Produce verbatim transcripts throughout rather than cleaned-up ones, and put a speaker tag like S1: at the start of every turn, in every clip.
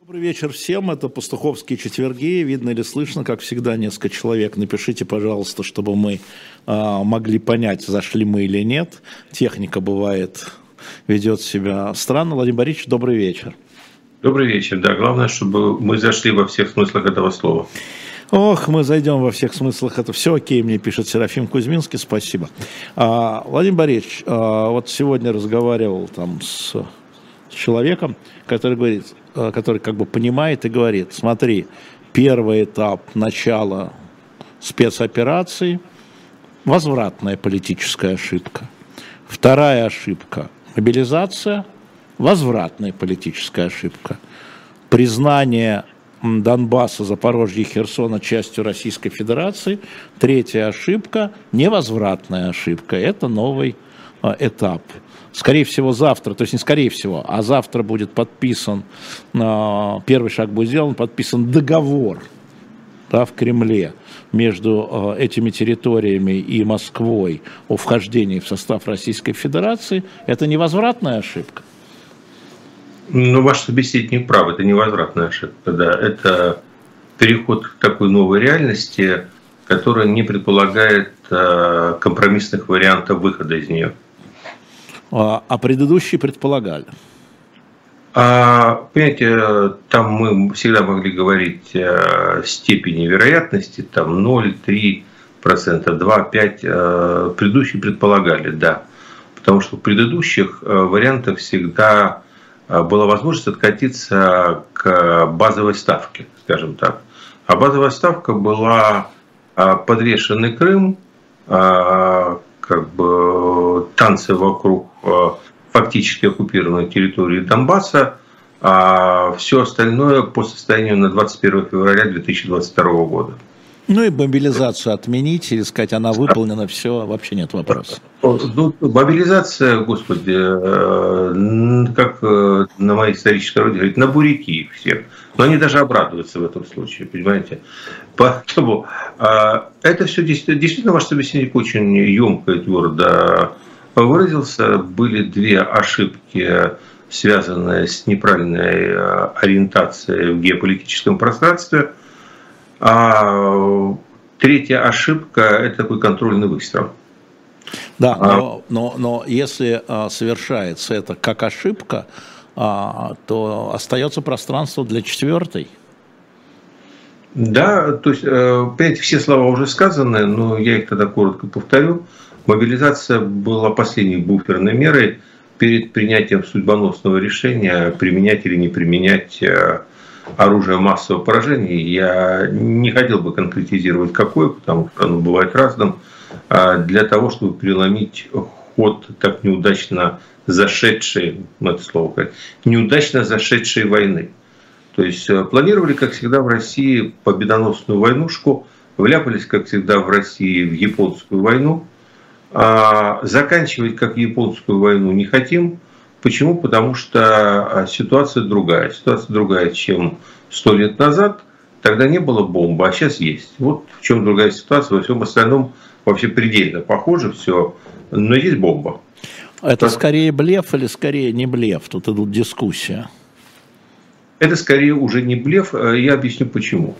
S1: Добрый вечер всем, это Пастуховские четверги, видно или слышно, как всегда, несколько человек. Напишите, пожалуйста, чтобы мы э, могли понять, зашли мы или нет. Техника бывает, ведет себя странно. Владимир Борисович, добрый вечер.
S2: Добрый вечер, да, главное, чтобы мы зашли во всех смыслах этого слова.
S1: Ох, мы зайдем во всех смыслах, это все окей, мне пишет Серафим Кузьминский, спасибо. А, Владимир Борисович, а, вот сегодня разговаривал там с... человеком, который говорит, который как бы понимает и говорит: смотри, первый этап начала спецоперации – возвратная политическая ошибка. Вторая ошибка – мобилизация, возвратная политическая ошибка. Признание Донбасса, Запорожья и Херсона частью Российской Федерации. Третья ошибка – невозвратная ошибка. Это новый этап. Скорее всего, завтра, то есть не скорее всего, а завтра будет подписан, первый шаг будет сделан, подписан договор, да, в Кремле между этими территориями и Москвой о вхождении в состав Российской Федерации. Это невозвратная ошибка?
S2: Ну, ваш собеседник прав, это невозвратная ошибка, да. Это переход к такой новой реальности, которая не предполагает компромиссных вариантов выхода из нее.
S1: А предыдущие предполагали?
S2: А, понимаете, там мы всегда могли говорить о степени вероятности, там ноль, три процента, два, пять процентов. Предыдущие предполагали, да. Потому что в предыдущих вариантах всегда была возможность откатиться к базовой ставке, скажем так. А базовая ставка была подвешенный Крым, как бы танцы вокруг фактически оккупированной территории Донбасса, а все остальное по состоянию на двадцать первое февраля две тысячи двадцать второго года.
S1: Ну и мобилизацию отменить, или сказать, она выполнена, все, вообще нет вопроса.
S2: Ну, мобилизация, господи, как на моей исторической родине говорит, на буряки их всех. Но они даже обрадуются в этом случае, понимаете? Поэтому это все действительно, действительно ваш собеседник очень емко и твердо выразился. Были две ошибки, связанные с неправильной ориентацией в геополитическом пространстве. А третья ошибка – это такой контрольный выстрел.
S1: Да, но, но, но если а, совершается это как ошибка, а, то остается пространство для четвертой.
S2: Да, то есть, понимаете, все слова уже сказаны, но я их тогда коротко повторю. Мобилизация была последней буферной мерой перед принятием судьбоносного решения, применять или не применять оружие массового поражения. Я не хотел бы конкретизировать какое, потому что оно бывает разным, для того, чтобы переломить ход так неудачно зашедшей, ну это слово сказать, неудачно зашедшей войны. То есть планировали, как всегда, в России победоносную войнушку, вляпались, как всегда, в России в японскую войну, а заканчивать как японскую войну не хотим. Почему? Потому что ситуация другая. Ситуация другая, чем сто лет назад. Тогда не было бомбы, а сейчас есть. Вот в чем другая ситуация. Во всем остальном вообще предельно похоже все, но есть бомба.
S1: Это так... скорее блеф или скорее не блеф? Тут идут дискуссии.
S2: Это скорее уже не блеф. Я объясню почему.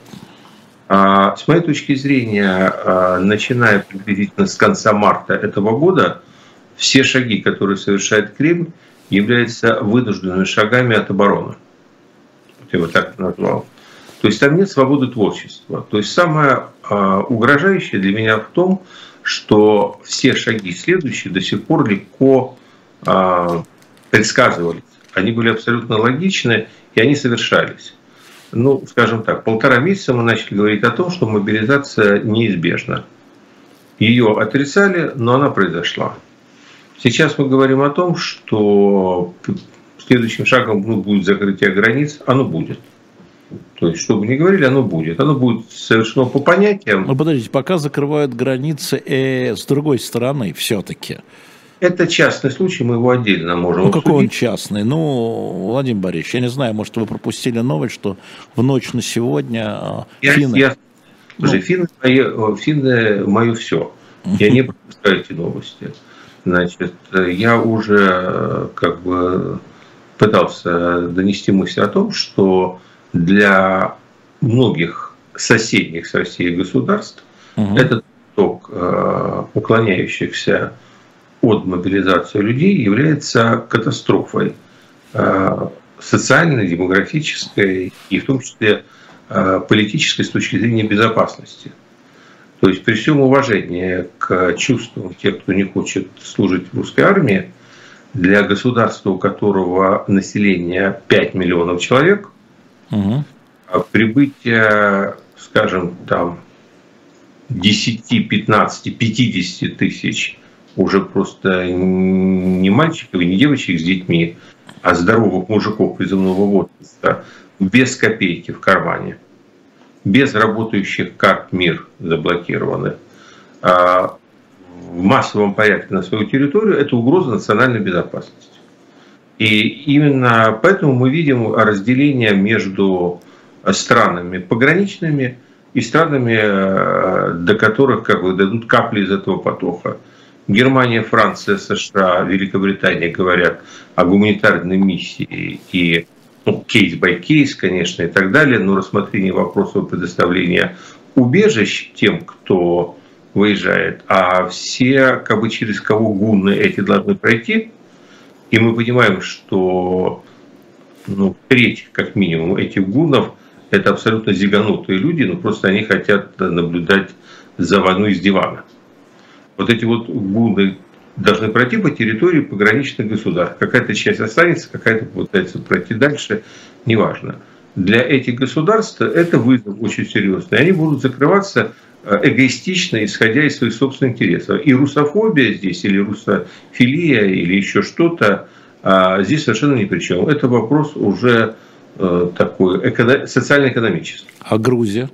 S2: С моей точки зрения, начиная приблизительно с конца марта этого года, все шаги, которые совершает Кремль, являются вынужденными шагами от обороны. Я его так назвал. То есть там нет свободы творчества. То есть самое угрожающее для меня в том, что все шаги следующие до сих пор легко предсказывались. Они были абсолютно логичны, и они совершались. Ну, скажем так, полтора месяца мы начали говорить о том, что мобилизация неизбежна. Ее отрицали, но она произошла. Сейчас мы говорим о том, что следующим шагом ну, будет закрытие границ, оно будет. То есть, что бы ни говорили, оно будет. Оно будет совершено по понятиям.
S1: Ну, подождите, пока закрывают границы э, с другой стороны все-таки.
S2: Это частный случай, мы его отдельно можем
S1: Ну,
S2: обсудить.
S1: какой он частный? Ну, Владимир Борисович, я не знаю, может, вы пропустили новость, что в ночь на сегодня
S2: я,
S1: финны...
S2: Я, слушай,
S1: ну...
S2: финны, мои, финны мое все. Я не пропускаю эти новости. Значит, я уже как бы пытался донести мысль о том, что для многих соседних с Россией государств угу. этот поток э, уклоняющихся от мобилизации людей является катастрофой э, социальной, демографической и в том числе э, политической с точки зрения безопасности. То есть при всем уважении к чувствам тех, кто не хочет служить в русской армии, для государства, у которого население пять миллионов человек, угу. прибытие, скажем, там десять, пятнадцать, пятьдесят тысяч уже просто не мальчиков и не девочек с детьми, а здоровых мужиков призывного возраста, без копейки в кармане, без работающих карт МИР заблокированы, в массовом порядке на свою территорию, это угроза национальной безопасности. И именно поэтому мы видим разделение между странами пограничными и странами, до которых как бы дадут капли из этого потока. Германия, Франция, США, Великобритания говорят о гуманитарной миссии и ну, кейс-бай-кейс, конечно, и так далее, но рассмотрение вопросов предоставления убежищ тем, кто выезжает, а все, как бы, через кого гунны эти должны пройти. И мы понимаем, что ну, треть, как минимум, этих гуннов – это абсолютно зиганутые люди, но просто они хотят наблюдать за войной из дивана. Вот эти вот гунны должны пройти по территории пограничных государств. Какая-то часть останется, какая-то попытается пройти дальше, неважно. Для этих государств это вызов очень серьезный. Они будут закрываться эгоистично, исходя из своих собственных интересов. И русофобия здесь, или русофилия, или еще что-то, здесь совершенно ни при чем. Это вопрос уже такой социально-экономический.
S1: А Грузия?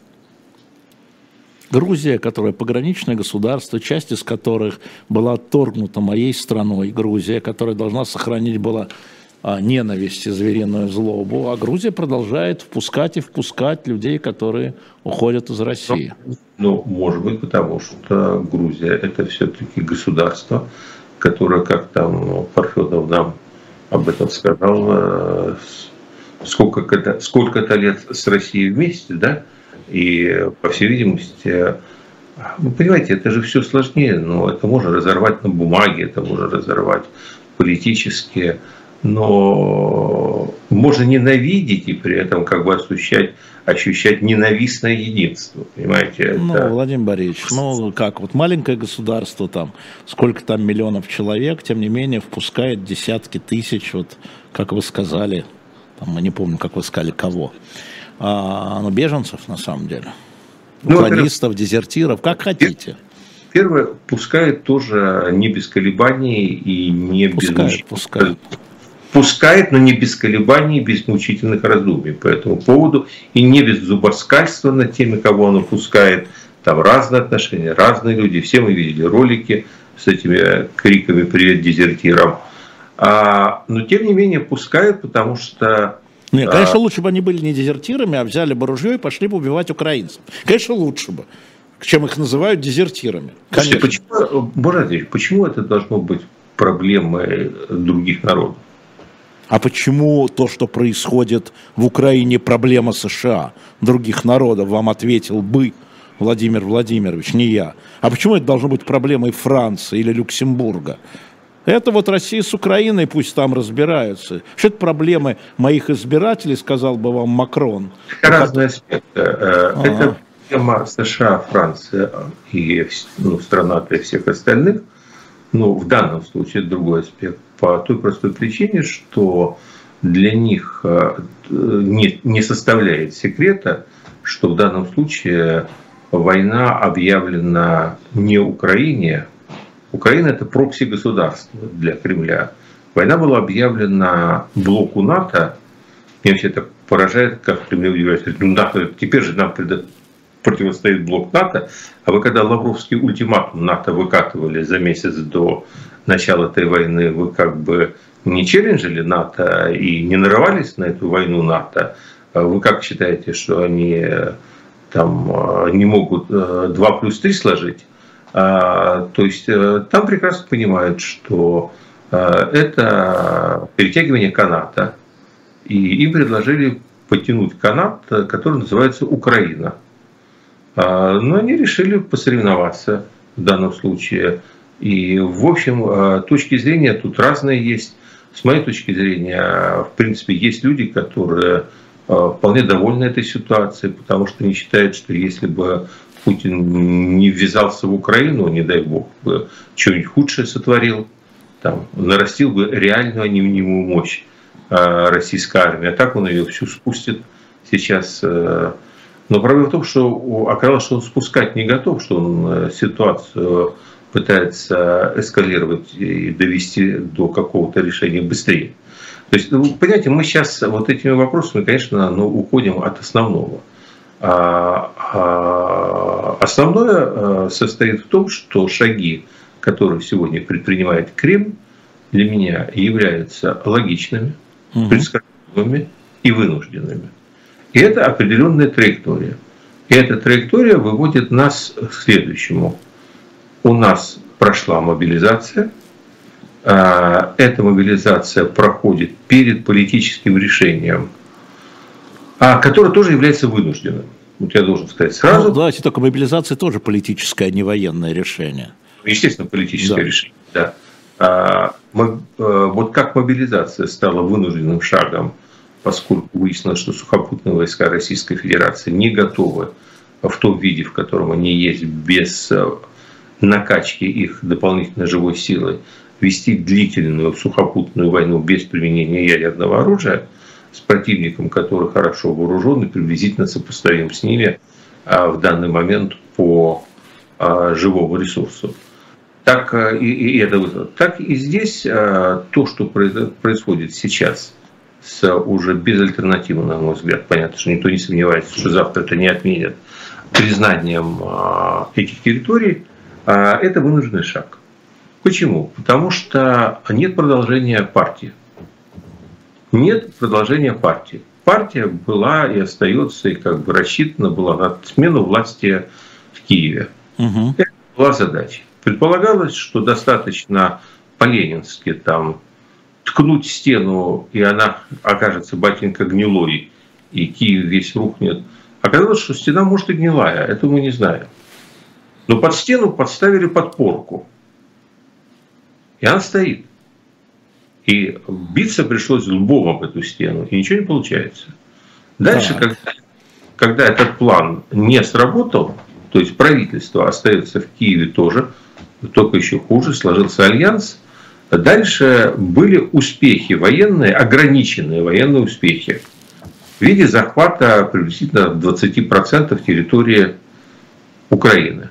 S1: Грузия, которая пограничное государство, часть из которых была отторгнута моей страной, Грузия, которая должна сохранить была ненависть и звериную злобу, а Грузия продолжает впускать и впускать людей, которые уходят из России.
S2: Ну, ну может быть, потому что Грузия – это все-таки государство, которое, как там Парфенов нам об этом сказал, сколько-то сколько-то лет с Россией вместе, да, и, по всей видимости, вы понимаете, это же все сложнее, но это можно разорвать на бумаге, это можно разорвать политически, но можно ненавидеть и при этом как бы ощущать, ощущать ненавистное единство, понимаете? Это...
S1: Ну, Владимир Борисович, ну как, вот маленькое государство, там, сколько там миллионов человек, тем не менее, впускает десятки тысяч, вот, как вы сказали, там, мы не помню, как вы сказали, кого, а, ну, беженцев, на самом деле, ну, уклонистов, дезертиров, как хотите.
S2: Первое, пускает тоже не без колебаний и не
S1: пускает,
S2: без...
S1: Пускает,
S2: Пускает, но не без колебаний, без мучительных раздумий по этому поводу. И не без зубоскальства над теми, кого оно пускает. Там разные отношения, разные люди. Все мы видели ролики с этими криками «Привет дезертирам». А, но тем не менее пускает, потому что...
S1: Нет, конечно, а... лучше бы они были не дезертирами, а взяли бы ружье и пошли бы убивать украинцев. Конечно, лучше бы, чем их называют дезертирами.
S2: Слушайте, почему, Борис, почему это должно быть проблемой других народов?
S1: А почему то, что происходит в Украине, проблема США, других народов, вам ответил бы Владимир Владимирович, не я. А почему это должно быть проблемой Франции или Люксембурга? Это вот Россия с Украиной, пусть там разбираются. Что это проблемы моих избирателей, сказал бы вам Макрон.
S2: Это разные аспекты. А-а. Это проблема США, Франция и ну, страна для всех остальных. Ну, в данном случае это другой аспект. По той простой причине, что для них не, не составляет секрета, что в данном случае война объявлена не Украине. Украина – это прокси-государство для Кремля. Война была объявлена блоку НАТО. Меня вообще это поражает, как Кремль удивляется. Ну, НАТО, теперь же нам противостоит блок НАТО. А вы когда Лавровский ультиматум НАТО выкатывали за месяц до начала этой войны, вы как бы не челленджили НАТО и не нарывались на эту войну НАТО? Вы как считаете, что они там не могут два плюс три сложить? То есть там прекрасно понимают, что это перетягивание каната. И им предложили потянуть канат, который называется Украина. Но они решили посоревноваться в данном случае. И, в общем, точки зрения тут разные есть. С моей точки зрения, в принципе, есть люди, которые вполне довольны этой ситуацией, потому что они считают, что если бы Путин не ввязался в Украину, не дай бог, бы что-нибудь худшее сотворил, там, нарастил бы реальную немую мощь российской армии, а так он ее всю спустит сейчас. Но проблема в том, что оказалось, что он спускать не готов, что он ситуацию пытается эскалировать и довести до какого-то решения быстрее. То есть, ну, понимаете, мы сейчас вот этими вопросами, конечно, ну, уходим от основного. А, а основное состоит в том, что шаги, которые сегодня предпринимает Кремль, для меня являются логичными, угу. предсказуемыми и вынужденными. И это определенная траектория. И эта траектория выводит нас к следующему. У нас прошла мобилизация. Эта мобилизация проходит перед политическим решением, которое тоже является вынужденным. Вот я должен сказать сразу.
S1: Ну, давайте только, мобилизация тоже политическое, а не военное решение.
S2: Естественно, политическое
S1: да.
S2: решение, да. А, вот как мобилизация стала вынужденным шагом, поскольку выяснилось, что сухопутные войска Российской Федерации не готовы в том виде, в котором они есть, без накачки их дополнительной живой силой, вести длительную сухопутную войну без применения ядерного оружия с противником, который хорошо вооружен и приблизительно сопоставим с ними в данный момент по живому ресурсу. Так и, и, это, так и здесь то, что происходит сейчас с уже безальтернативным, на мой взгляд, понятно, что никто не сомневается, что завтра это не отменят, признанием этих территорий, это вынужденный шаг. Почему? Потому что нет продолжения партии. Нет продолжения партии. Партия была и остается, и как бы рассчитана была на смену власти в Киеве. Угу. Это была задача. Предполагалось, что достаточно по-ленински там ткнуть стену, и она окажется, батенька, гнилой, и Киев весь рухнет. Оказалось, что стена может и гнилая, это мы не знаем. Но под стену подставили подпорку. И она стоит. И биться пришлось лбом об эту стену, и ничего не получается. Дальше, когда, когда этот план не сработал, то есть правительство остается в Киеве тоже, только еще хуже, сложился альянс. Дальше были успехи военные, ограниченные военные успехи в виде захвата приблизительно двадцать процентов территории Украины.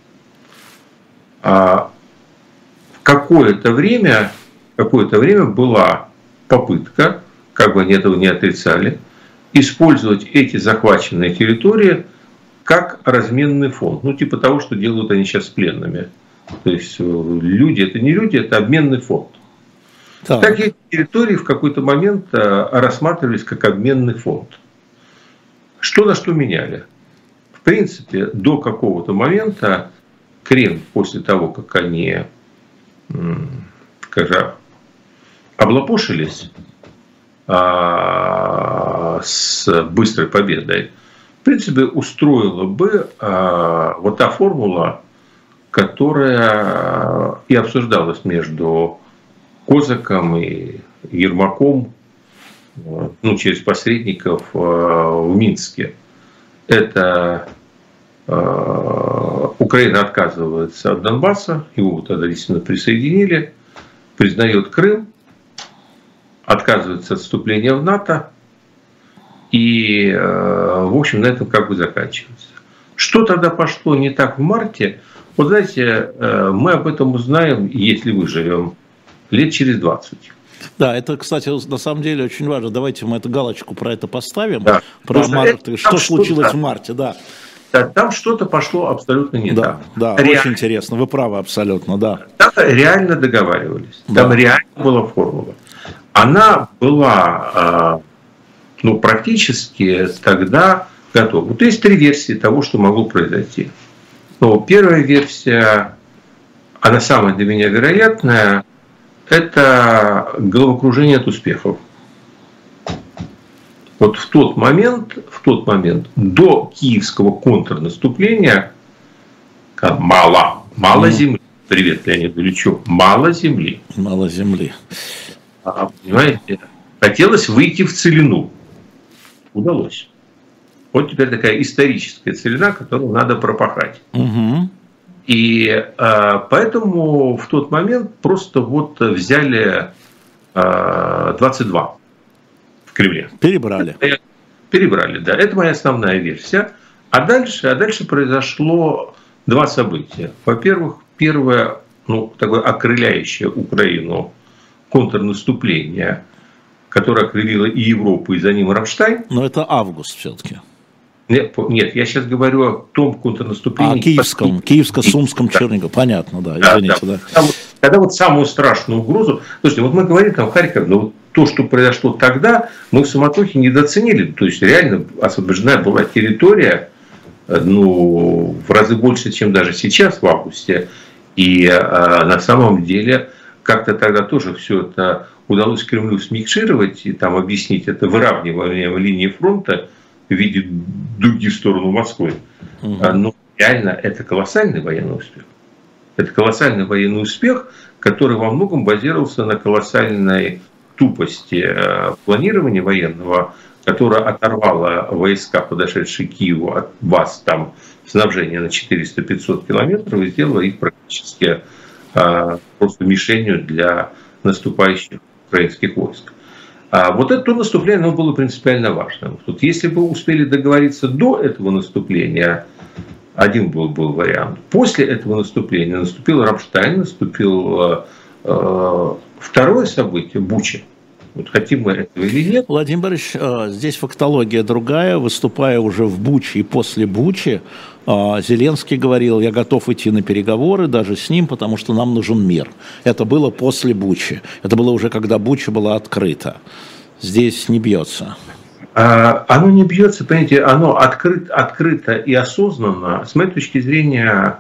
S2: А какое-то время, какое-то время была попытка, как бы они этого не отрицали, использовать эти захваченные территории как разменный фонд. Ну, типа того, что делают они сейчас с пленными. То есть люди, это не люди, это обменный фонд. Да. Так эти территории в какой-то момент рассматривались как обменный фонд. Что на что меняли? В принципе, до какого-то момента Кремль, после того, как они, скажем, облапошились а, с быстрой победой, в принципе, устроила бы а, вот та формула, которая и обсуждалась между Козаком и Ермаком, ну, через посредников в Минске. Это Украина отказывается от Донбасса, его тогда действительно присоединили, признает Крым, отказывается от вступления в НАТО, и, в общем, на этом как бы заканчивается. Что тогда пошло не так в марте? Вот знаете, мы об этом узнаем, если выживем, лет через двадцать.
S1: Да, это, кстати, на самом деле очень важно. Давайте мы эту галочку про это поставим. Да. Про март, это, что случилось что-то, в марте, да.
S2: да. Там что-то пошло абсолютно не
S1: да,
S2: так.
S1: Да, реально, очень интересно. Вы правы абсолютно, да.
S2: Там реально договаривались. Там да. реально была формула. Она была, ну, практически тогда готова. Вот есть три версии того, что могло произойти. Но первая версия, она самая для меня вероятная, это головокружение от успехов. вот в тот момент, в тот момент до киевского контрнаступления мало, мало земли. Привет, Леонид Ильичу. Мало земли.
S1: Мало земли.
S2: А, понимаете, хотелось выйти в целину. Удалось. Вот теперь такая историческая целина, которую надо пропахать.
S1: Угу.
S2: И э, поэтому в тот момент просто вот взяли э, двадцать два в Кремле.
S1: Перебрали.
S2: Это, перебрали, да. Это моя основная версия. А дальше, а дальше произошло два события. Во-первых, первое, ну, такое окрыляющее Украину контрнаступление, которое окрылило и Европу, и за ним Рамштайн.
S1: Но это август все-таки.
S2: Нет, нет, я сейчас говорю о том контрнаступлении.
S1: А о киевском, киевско-сумском, да. Чернигово, понятно, да, извините. Да,
S2: да. Да. Когда, когда вот самую страшную угрозу, слушайте, вот мы говорим там Харьков, но вот то, что произошло тогда, мы в суматохе недооценили. То есть реально освобождена была территория, ну, в разы больше, чем даже сейчас в августе. И а, на самом деле как-то тогда тоже все это удалось Кремлю смикшировать и там объяснить это выравниванием линии фронта в виде дуги в сторону Москвы. Угу. Но реально это колоссальный военный успех. Это колоссальный военный успех, который во многом базировался на колоссальной тупости планирования военного, которая оторвала войска, подошедшие к Киеву, от баз там снабжения на четыреста-пятьсот километров и сделала их практически а, просто мишенью для наступающих украинских войск. А вот это наступление, оно было принципиально важным. Тут, если бы успели договориться до этого наступления, один был, был вариант. После этого наступления наступил Рамштайн, наступил э, э, второе событие, Буча. Вот хотим мы этого или нет.
S1: Владимир Борисович, здесь фактология другая. Выступая уже в Буче и после Бучи, Зеленский говорил: я готов идти на переговоры даже с ним, потому что нам нужен мир. Это было после Бучи. Это было уже когда Буча была открыта. Здесь не бьется.
S2: А, оно не бьется, понимаете, оно открыт, открыто и осознанно. С моей точки зрения,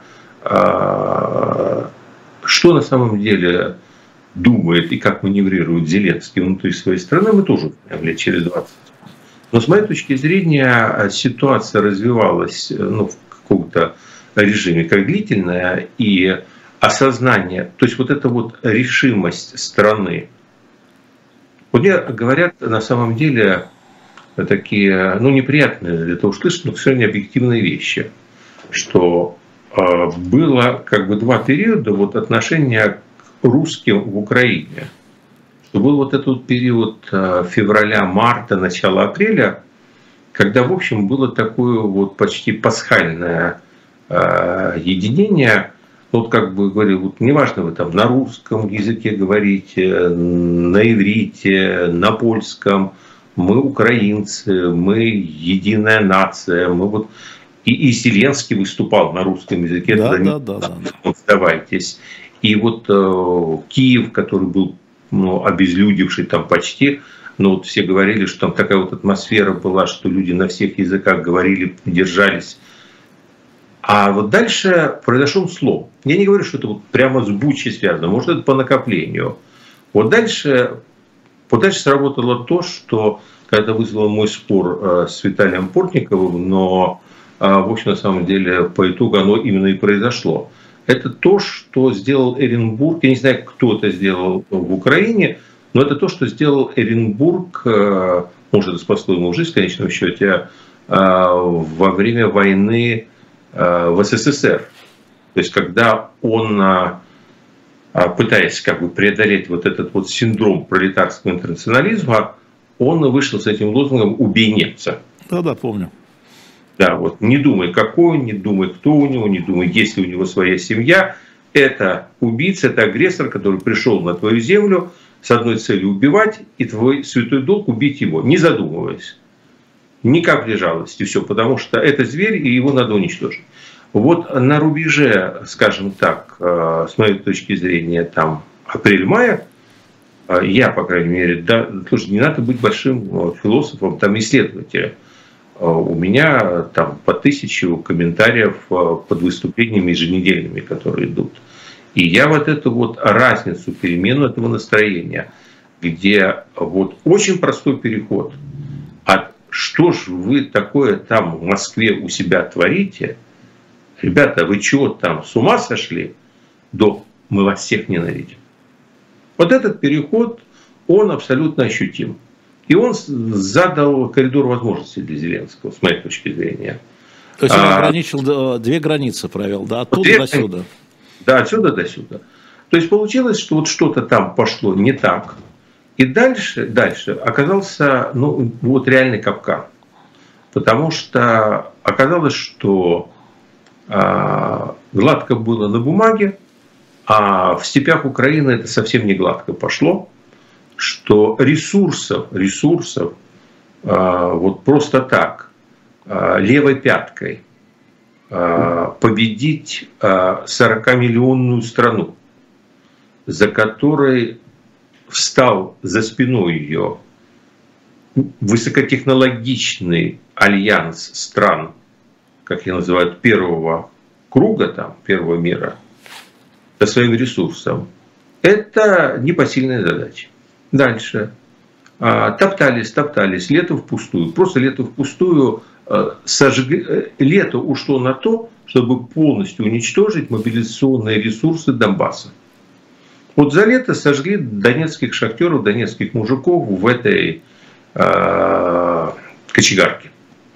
S2: а, что на самом деле думает и как маневрирует Зеленский внутри своей страны, мы тоже узнаем лет через двадцать. Но с моей точки зрения ситуация развивалась, ну, в каком-то режиме как длительная, и осознание, то есть вот эта вот решимость страны. Вот мне говорят на самом деле такие, ну, неприятные для того, что слышать, но к сожалению объективные вещи, что э, было как бы два периода вот отношения русским в Украине. Что был вот этот период февраля, марта, начала апреля, когда, в общем, было такое вот почти пасхальное э, единение. Вот как бы говорил, вот неважно, вы там на русском языке говорите, на иврите, на польском, мы украинцы, мы единая нация, мы вот... И, и Зеленский выступал на русском языке,
S1: да,
S2: тогда
S1: да,
S2: не
S1: да,
S2: да. Сдавайтесь. И вот э, Киев, который был, ну, обезлюдевший там почти, но вот все говорили, что там такая вот атмосфера была, что люди на всех языках говорили, держались. А вот дальше произошел слом. Я не говорю, что это вот прямо с Бучей связано, может, это по накоплению. Вот дальше, вот дальше сработало то, что когда вызвало мой спор э, с Виталием Портниковым, но, э, в общем, на самом деле, по итогу оно именно и произошло. Это то, что сделал Эренбург. Я не знаю, кто это сделал в Украине, но это то, что сделал Эренбург, может, это спасло ему жизнь в конечном счете, во время войны в СССР. То есть, когда он, пытаясь как бы преодолеть вот этот вот синдром пролетарского интернационализма, он вышел с этим лозунгом «Убей немца».
S1: Да-да, помню.
S2: Да, вот не думай, какой он, не думай, кто у него, не думай, есть ли у него своя семья. Это убийца, это агрессор, который пришел на твою землю с одной целью убивать, и твой святой долг убить его, не задумываясь. Ни капли жалости, все, потому что это зверь, и его надо уничтожить. Вот на рубеже, скажем так, с моей точки зрения, там апрель-мая, я, по крайней мере, да, слушай, не надо быть большим философом, там, исследователем. У меня там по тысячу комментариев под выступлениями еженедельными, которые идут. И я вот эту вот разницу, перемену этого настроения, где вот очень простой переход от что ж вы такое там в Москве у себя творите? Ребята, вы чего там, с ума сошли? До мы вас всех ненавидим. Вот этот переход, он абсолютно ощутим. И он задал коридор возможностей для Зеленского, с моей точки зрения.
S1: То есть он а, ограничил, две границы провел, да, оттуда две, до сюда.
S2: Да, отсюда до сюда. То есть получилось, что вот что-то там пошло не так. И дальше, дальше оказался, ну, вот реальный капкан. Потому что оказалось, что а, гладко было на бумаге, а в степях Украины это совсем не гладко пошло. Что ресурсов, ресурсов а, вот просто так, а, левой пяткой а, победить а, сорокамиллионную страну, за которой встал за спиной ее высокотехнологичный альянс стран, как ее называют, первого круга, там, первого мира, со своим ресурсом, это непосильная задача. Дальше. Топтались, топтались, лето впустую. Просто лето впустую. Сожгли... Лето ушло на то, чтобы полностью уничтожить мобилизационные ресурсы Донбасса. Вот за лето сожгли донецких шахтеров, донецких мужиков в этой э, кочегарке.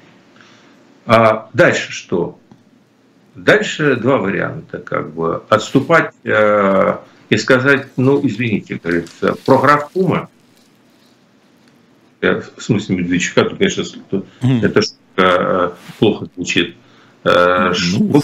S2: А дальше что? Дальше два варианта. Как бы отступать э, и сказать, ну, извините, говорится, програф Кума, в смысле Медведчука, то, конечно, mm. это штука плохо звучит. Mm.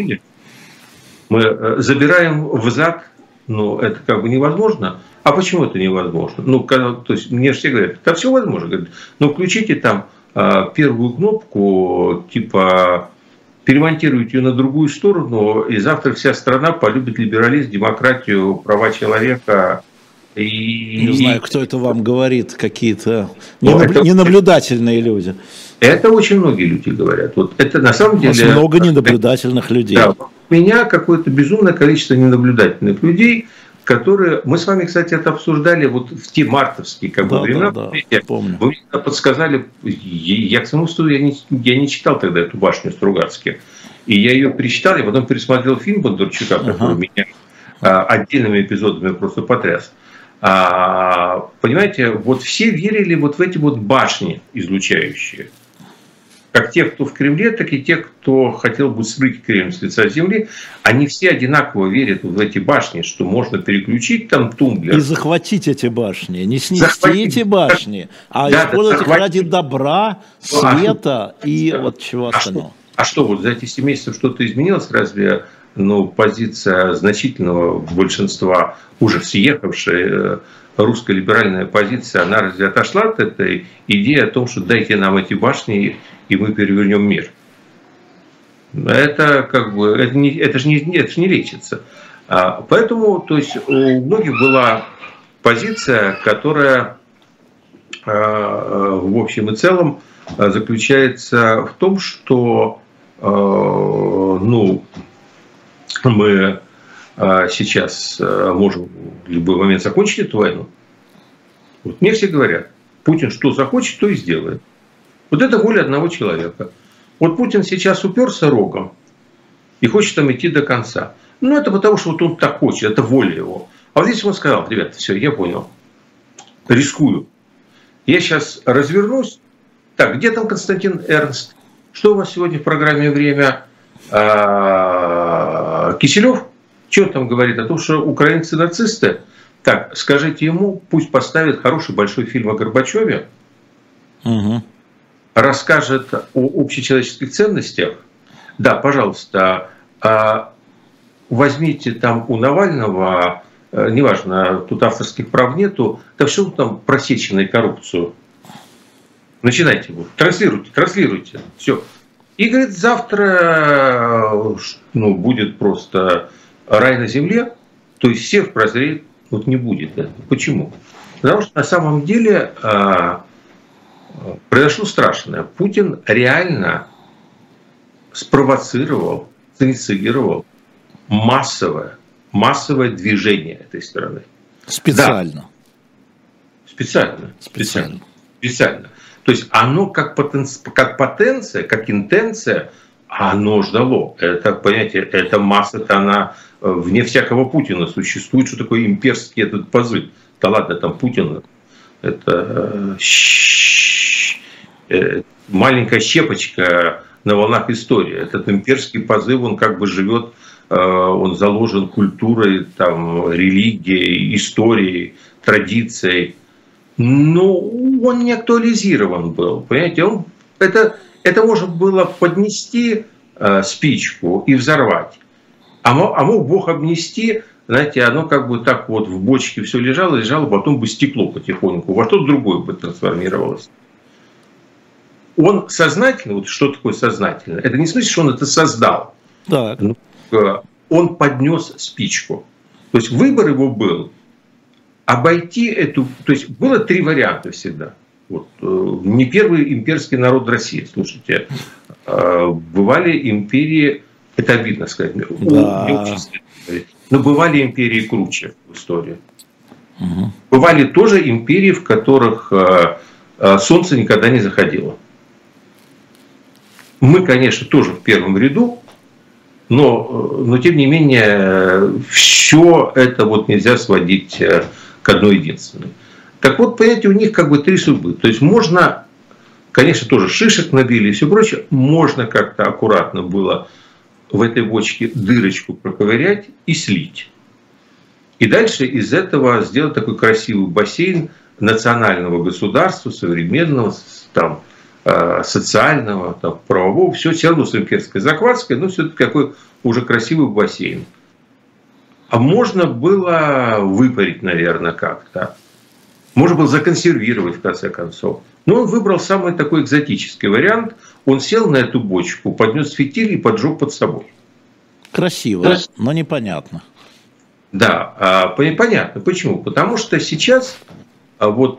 S2: Мы забираем взад, ну, это как бы невозможно. А почему это невозможно? Ну, когда, то есть мне все говорят, да все возможно. Говорят, ну, включите там первую кнопку, типа, перемонтируйте ее на другую сторону, и завтра вся страна полюбит либерализм, демократию, права человека. И...
S1: Не знаю, кто это вам говорит, какие-то ненаб... это... ненаблюдательные люди.
S2: Это очень многие люди говорят. Вот это на самом деле...
S1: У нас много ненаблюдательных людей.
S2: Да, у меня какое-то безумное количество ненаблюдательных людей, которые... Мы с вами, кстати, это обсуждали вот в те мартовские как бы,
S1: да,
S2: времена.
S1: Да, да, помню.
S2: Вы мне подсказали... Я к самому студу, я не, я не читал тогда эту башню Стругацких. И я ее перечитал, и потом пересмотрел фильм Бондарчука, ага. который меня отдельными эпизодами просто потряс. А, понимаете, вот все верили вот в эти вот башни излучающие. Как те, кто в Кремле, так и те, кто хотел бы скрыть Кремль с лица земли. Они все одинаково верят в эти башни, что можно переключить там тумблер.
S1: И захватить эти башни. Не снести захватить. эти башни, а да, использовать их ради добра, света а и что? Вот чего
S2: а
S1: остального.
S2: Что? А что, вот за эти семь месяцев что-то изменилось? Разве ну, позиция значительного большинства, уже съехавшей, русская либеральная позиция, она разве отошла от этой идеи о том, что дайте нам эти башни, и мы перевернем мир? Это как бы, это, не, это же не, это же не лечится. А, поэтому, то есть, у многих была позиция, которая а, в общем и целом заключается в том, что а, ну, мы сейчас можем в любой момент закончить эту войну. Вот мне все говорят, Путин что захочет, то и сделает. Вот это воля одного человека. Вот Путин сейчас уперся рогом и хочет там идти до конца. Ну, это потому, что вот он так хочет, это воля его. А вот здесь он сказал, ребята, все, я понял, рискую. Я сейчас развернусь. Так, где там Константин Эрнст? Что у вас сегодня в программе «Время»? Киселев? Что он там говорит? О том, что украинцы нацисты? Так, скажите ему, пусть поставит хороший большой фильм о Горбачеве, угу. расскажет о общечеловеческих ценностях. Да, пожалуйста, возьмите там у Навального, неважно, тут авторских прав нету, да все там просеченную коррупцию. Начинайте, транслируйте, транслируйте, все. И, говорит, завтра ну, будет просто рай на земле, то есть всех прозреет, вот не будет этого. Почему? Потому что на самом деле а, произошло страшное. Путин реально спровоцировал, инициировал массовое, массовое движение этой страны.
S1: Специально.
S2: Да. Специально. Специально. Специально. То есть оно как, потен... как потенция, как интенция, оно ждало. Это, понимаете, эта масса-то она вне всякого Путина существует. Что такое имперский этот позыв? Да ладно, там Путин, это маленькая щепочка на волнах истории. Этот имперский позыв, он как бы живет, он заложен культурой, там, религией, историей, традицией. Но он не актуализирован был. Понимаете, он, это, это можно было поднести э, спичку и взорвать. А мог, а мог Бог обнести, знаете, оно как бы так вот в бочке все лежало, лежало, потом бы стекло потихоньку, во что-то другое бы трансформировалось. Он сознательно, вот что такое сознательно, это не в смысле, что он это создал.
S1: Так.
S2: Он поднес спичку. То есть выбор его был обойти эту... То есть было три варианта всегда. Вот, не первый имперский народ России, слушайте. Бывали империи, это обидно сказать, да. Но бывали империи круче в истории. Угу. Бывали тоже империи, в которых солнце никогда не заходило. Мы, конечно, тоже в первом ряду, но, но тем не менее, все это вот нельзя сводить к одной единственной. Так вот, понимаете, у них как бы три судьбы. То есть можно, конечно, тоже шишек набили и все прочее, можно как-то аккуратно было в этой бочке дырочку проковырять и слить. И дальше из этого сделать такой красивый бассейн национального государства, современного, там, социального, там, правового, все все равно с имперской закваской, но все-таки какой уже красивый бассейн. А можно было выпарить, наверное, как-то. Можно было законсервировать, в конце концов. Но он выбрал самый такой экзотический вариант. Он сел на эту бочку, поднес фитиль и поджег под собой.
S1: Красиво, да, но непонятно.
S2: Да, понятно. Почему? Потому что сейчас вот,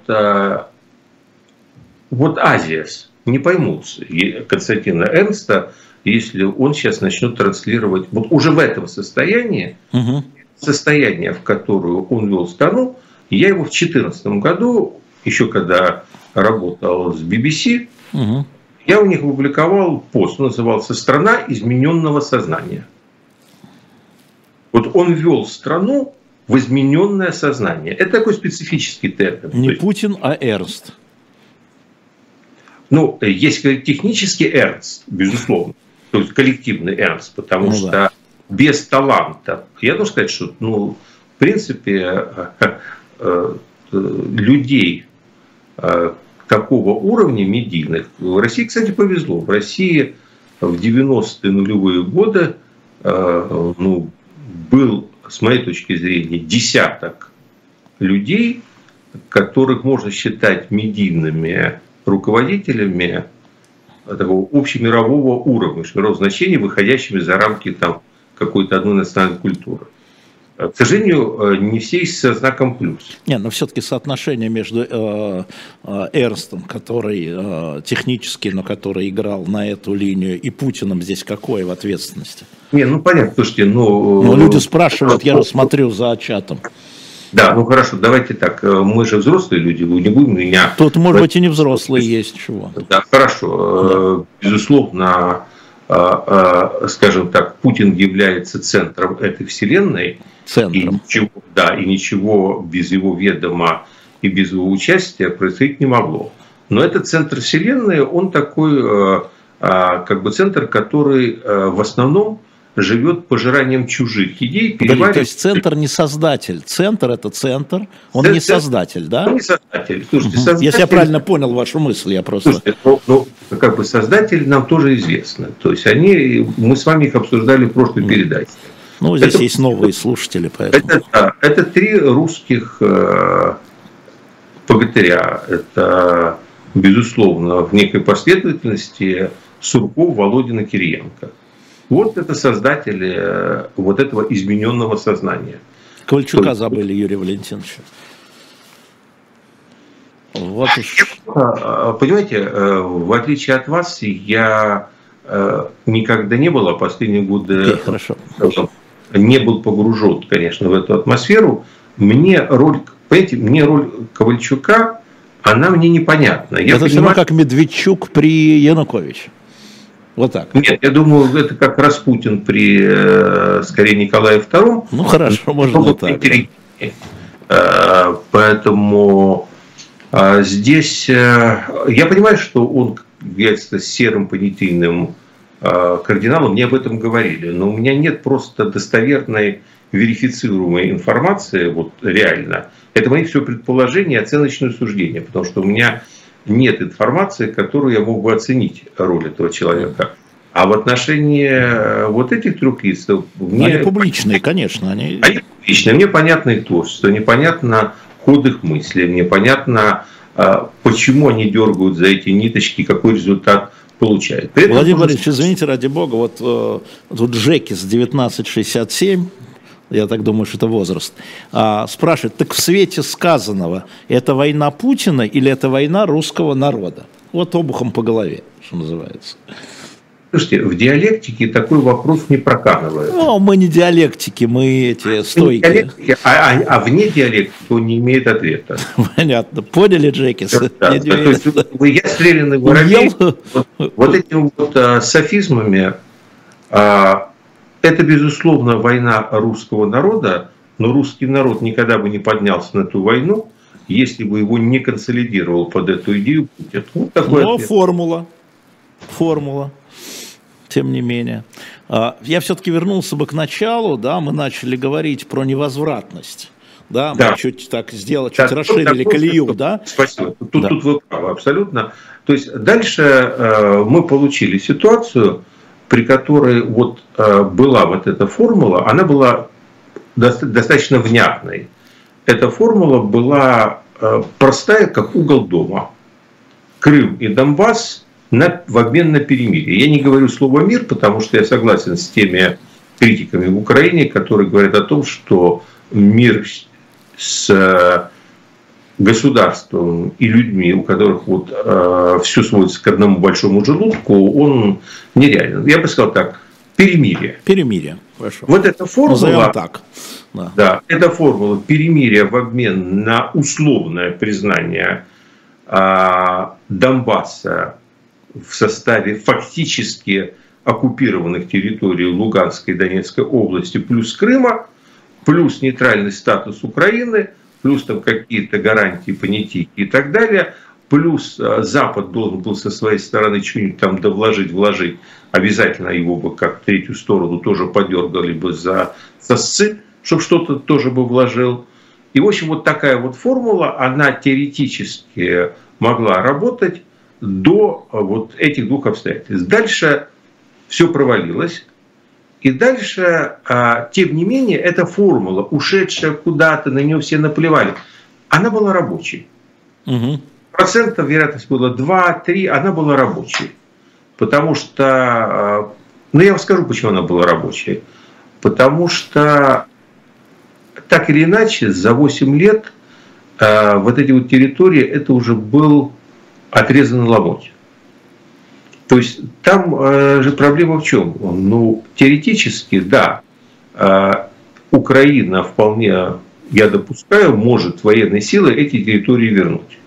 S2: вот Азиас не поймут Константина Эрнста, если он сейчас начнет транслировать вот уже в этом состоянии, угу. состояние, в которое он вел страну. Я его в две тысячи четырнадцатом году, еще когда работал с би би си, угу. я у них опубликовал пост, он назывался «Страна измененного сознания». Вот он ввел страну в измененное сознание. Это такой специфический термин.
S1: Не есть, Путин, а Эрнст.
S2: Ну, есть технический Эрнст, безусловно. То есть коллективный Эрнст, потому ну, что да. без таланта. Я должен сказать, что, ну, в принципе, людей такого уровня медийных в России, кстати, повезло. В России в девяностые нулевые годы ну, был, с моей точки зрения, десяток людей, которых можно считать медийными руководителями такого общемирового уровня, мирового значения, выходящими за рамки там, какой-то одной национальной культуры. К сожалению, не все есть со знаком плюс.
S1: Не, но все-таки соотношение между э, э, Эрнстом, который э, технически, но который играл на эту линию, и Путиным здесь какое в ответственности?
S2: Не, ну понятно, слушайте, ну...
S1: Но люди спрашивают, я смотрю за чатом.
S2: Да, ну хорошо, давайте так, мы же взрослые люди, вы не будем меня...
S1: Тут, может быть, и не взрослые есть чего.
S2: Да, хорошо, да. Безусловно, скажем так, Путин является центром этой вселенной.
S1: Центром.
S2: И ничего, да, и ничего без его ведома и без его участия происходить не могло. Но этот центр вселенной, он такой, как бы центр, который в основном живет пожиранием чужих идей.
S1: Погоди, то есть центр не создатель. Центр это центр, он центр, не создатель, да?
S2: Он не создатель. Слушайте, создатель...
S1: Если я правильно понял вашу мысль, я просто...
S2: Слушайте, ну, ну, как бы создатели нам тоже известны. То есть они, мы с вами их обсуждали в прошлой mm. передаче.
S1: Ну, здесь это, есть новые слушатели, поэтому...
S2: Это, да, это три русских э, богатыря. Это, безусловно, в некой последовательности Сурков, Володин и Кириенко. Вот это создатели вот этого измененного сознания.
S1: Ковальчука есть, забыли, Юрия Валентиновича. Вот уж...
S2: Понимаете, в отличие от вас, я никогда не был, а последние годы
S1: okay, хорошо.
S2: не был погружен, конечно, в эту атмосферу. Мне роль, понимаете, мне роль Ковальчука, она мне непонятна. Я
S1: это все равно как Медведчук при Януковиче. Вот так.
S2: Нет, я думаю, это как Распутин при, э, скорее, Николае втором.
S1: Ну, хорошо, можно и так.
S2: Да. Поэтому э, здесь э, я понимаю, что он является серым понятийным э, кардиналом, мне об этом говорили, но у меня нет просто достоверной верифицируемой информации, вот реально. Это мои все предположения и оценочные суждения, потому что у меня нет информации, которую я мог бы оценить роль этого человека. А в отношении вот этих трех лиц...
S1: Мне... Они публичные, конечно. Они...
S2: они публичные. Мне понятно их творчество, непонятно ход их мысли, мне понятно, почему они дергают за эти ниточки, какой результат получают.
S1: Владимир может... Борисович, извините, ради бога, вот э, тут Жекис девятнадцать шестьдесят семь, я так думаю, что это возраст, а, спрашивает, так в свете сказанного, это война Путина или это война русского народа? Вот обухом по голове, что называется.
S2: Слушайте, в диалектике такой вопрос не проканывает.
S1: Ну, мы не диалектики, мы эти стойки.
S2: Диалектики, а, а, а вне диалектики он не имеет ответа.
S1: Понятно. Поняли, Джекис?
S2: Да, я стреляный воробей. Вот, вот этими вот а, софизмами, а, это, безусловно, война русского народа, но русский народ никогда бы не поднялся на эту войну, если бы его не консолидировал под эту идею Путин. Вот такой
S1: но
S2: ответ.
S1: формула. Формула. Тем не менее. Я все-таки вернулся бы к началу, да, мы начали говорить про невозвратность. Да,
S2: да.
S1: Мы чуть так сделали,
S2: да,
S1: чуть расширили
S2: так,
S1: колею,
S2: что,
S1: да?
S2: Спасибо. Тут,
S1: да.
S2: тут вы правы, абсолютно. То есть дальше э, мы получили ситуацию, при которой вот э, была вот эта формула, она была до, достаточно внятной. Эта формула была э, простая, как угол дома. Крым и Донбасс на, в обмен на перемирие. Я не говорю слово «мир», потому что я согласен с теми критиками в Украине, которые говорят о том, что мир с государством и людьми, у которых вот, э, все сводится к одному большому желудку, он нереален. Я бы сказал так, перемирие.
S1: Перемирие, хорошо.
S2: Вот эта формула,
S1: назовем так. Да.
S2: Да, эта формула перемирия в обмен на условное признание э, Донбасса в составе фактически оккупированных территорий Луганской и Донецкой области плюс Крыма, плюс нейтральный статус Украины, плюс там какие-то гарантии, понятийки и так далее, плюс Запад должен был со своей стороны что-нибудь там довложить, вложить, обязательно его бы как третью сторону тоже подергали бы за сосцы, чтобы что-то тоже бы вложил. И в общем вот такая вот формула, она теоретически могла работать до вот этих двух обстоятельств. Дальше все провалилось. И дальше, тем не менее, эта формула, ушедшая куда-то, на нее все наплевали, она была рабочей. Угу. Процентов вероятность была два-три, она была рабочей. Потому что, ну я вам скажу, почему она была рабочей. Потому что, так или иначе, за восемь лет вот эти вот территории, это уже был отрезанный ломоть. То есть там э, же проблема в чем? Ну, теоретически, да, э, Украина вполне, я допускаю, может военной силой эти территории вернуть.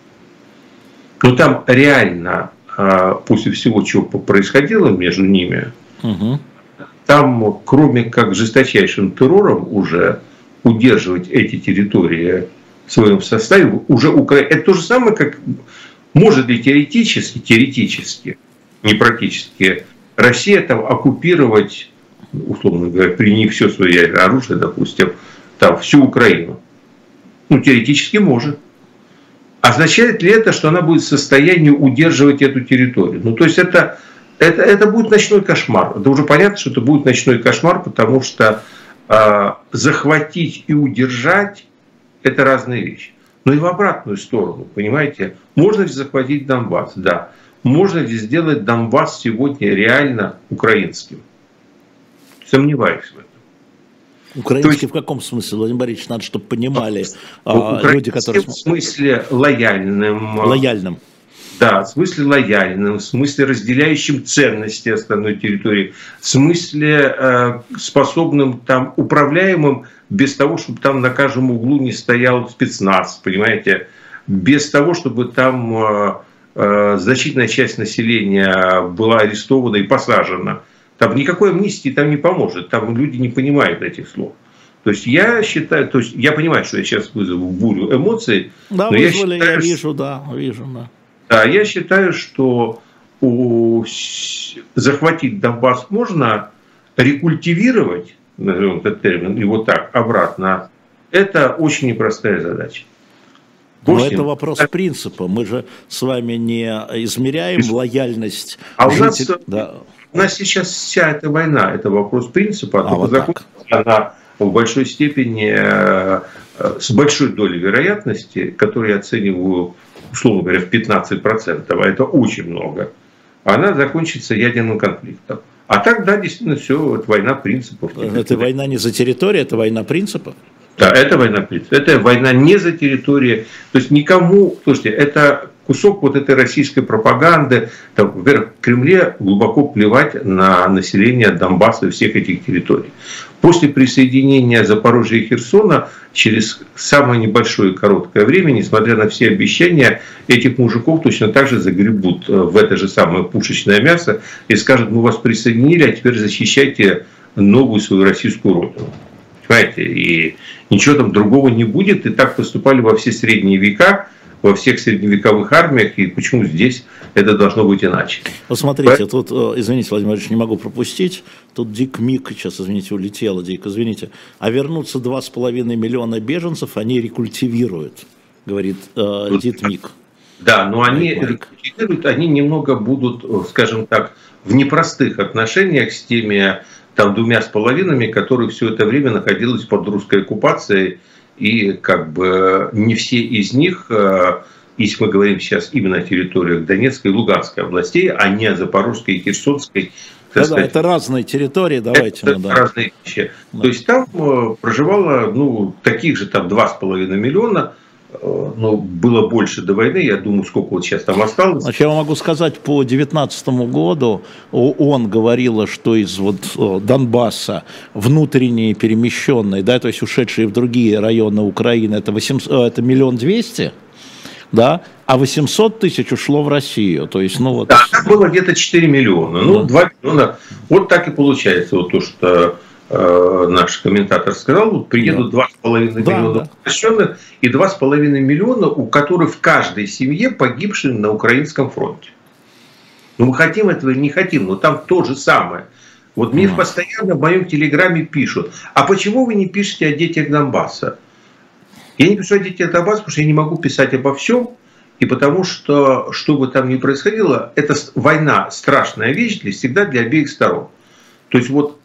S2: Но там реально, э, после всего, чего происходило между ними, угу. там, кроме как жесточайшим террором уже удерживать эти территории в своем составе, уже Украина, это то же самое, как может ли теоретически, теоретически, не практически, Россия там оккупировать, условно говоря, применив все свое оружие, допустим, там всю Украину. Ну, теоретически может. Означает ли это, что она будет в состоянии удерживать эту территорию? Ну, то есть это, это, это будет ночной кошмар. Это уже понятно, что это будет ночной кошмар, потому что э, захватить и удержать – это разные вещи. Но и в обратную сторону, понимаете, можно ли захватить Донбасс? Да. Можно ли сделать Донбасс сегодня реально украинским? Сомневаюсь в этом.
S1: Украинский есть, в каком смысле, Владимир Борисович, надо, чтобы понимали а, люди, которые...
S2: В смысле лояльным.
S1: Лояльным.
S2: Да, в смысле лояльным, в смысле разделяющим ценности остальной территории, в смысле э, способным, там, управляемым без того, чтобы там на каждом углу не стоял спецназ, понимаете, без того, чтобы там значительная часть населения была арестована и посажена. Там никакой амнистии там не поможет, там люди не понимают этих слов. То есть я считаю, то есть я понимаю, что я сейчас вызову бурю эмоций.
S1: Да,
S2: но
S1: вызвали,
S2: я, считаю,
S1: я вижу, да, вижу, да.
S2: Да, я считаю, что у, захватить Донбасс можно, рекультивировать, назовем этот термин, его так, обратно, это очень непростая задача.
S1: Но это вопрос принципа. Мы же с вами не измеряем лояльность
S2: а
S1: жителей.
S2: У нас,
S1: да.
S2: у нас сейчас вся эта война, это вопрос принципа,
S1: а вот
S2: закончится она в большой степени, с большой долей вероятности, которую я оцениваю, условно говоря, в пятнадцать процентов, а это очень много, она закончится ядерным конфликтом. А так, да, действительно, все, это война принципов.
S1: Это война не за территорию, это война принципов?
S2: Да, это война принципов. Это война не за территорию. То есть никому, слушайте, это кусок вот этой российской пропаганды. Там, во-первых, в Кремле глубоко плевать на население Донбасса и всех этих территорий. После присоединения Запорожья и Херсона, через самое небольшое короткое время, несмотря на все обещания, этих мужиков точно так же загребут в это же самое пушечное мясо и скажут: мы вас присоединили, а теперь защищайте новую свою российскую родину. Понимаете? И ничего там другого не будет. И так поступали во все средние века, во всех средневековых армиях, и почему здесь это должно быть иначе?
S1: Посмотрите, тут, извините, Владимир Владимирович, не могу пропустить, тут Дик Мик, сейчас, извините, улетела, Дик, извините, а вернутся два с половиной миллиона беженцев, они рекультивируют, говорит э, Дик Мик.
S2: Да, но они рекультивируют, они немного будут, скажем так, в непростых отношениях с теми там двумя с половинами, которые все это время находились под русской оккупацией. И как бы не все из них, если мы говорим сейчас именно о территориях Донецкой и Луганской областей, а не о Запорожской и Херсонской.
S1: Да, сказать, да, это разные территории, давайте.
S2: Это
S1: мы, да.
S2: разные вещи. Да. То есть там проживало, ну, таких же там два с половиной миллиона, но было больше до войны, я думаю, сколько вот сейчас там осталось.
S1: Значит, я вам могу сказать, по две тысячи девятнадцатому году ООН говорила, что из вот Донбасса внутренние перемещенные, да, то есть ушедшие в другие районы Украины, это, восемьсот, это миллион двести, да, а восемьсот тысяч ушло в Россию. То есть, ну, вот...
S2: Да, так было где-то четыре миллиона, ну, да. два миллиона, вот так и получается, вот то, что... наш комментатор сказал, вот приедут два с половиной миллиона возвращенных, да. И два с половиной миллиона, у которых в каждой семье погибшие на украинском фронте. Ну, мы хотим этого или не хотим, но там то же самое. Вот мне да. постоянно в моем телеграме пишут: а почему вы не пишете о детях Донбасса? Я не пишу о детях Донбасса, потому что я не могу писать обо всем, и потому что, что бы там ни происходило, эта война страшная вещь для, всегда для обеих сторон. То есть вот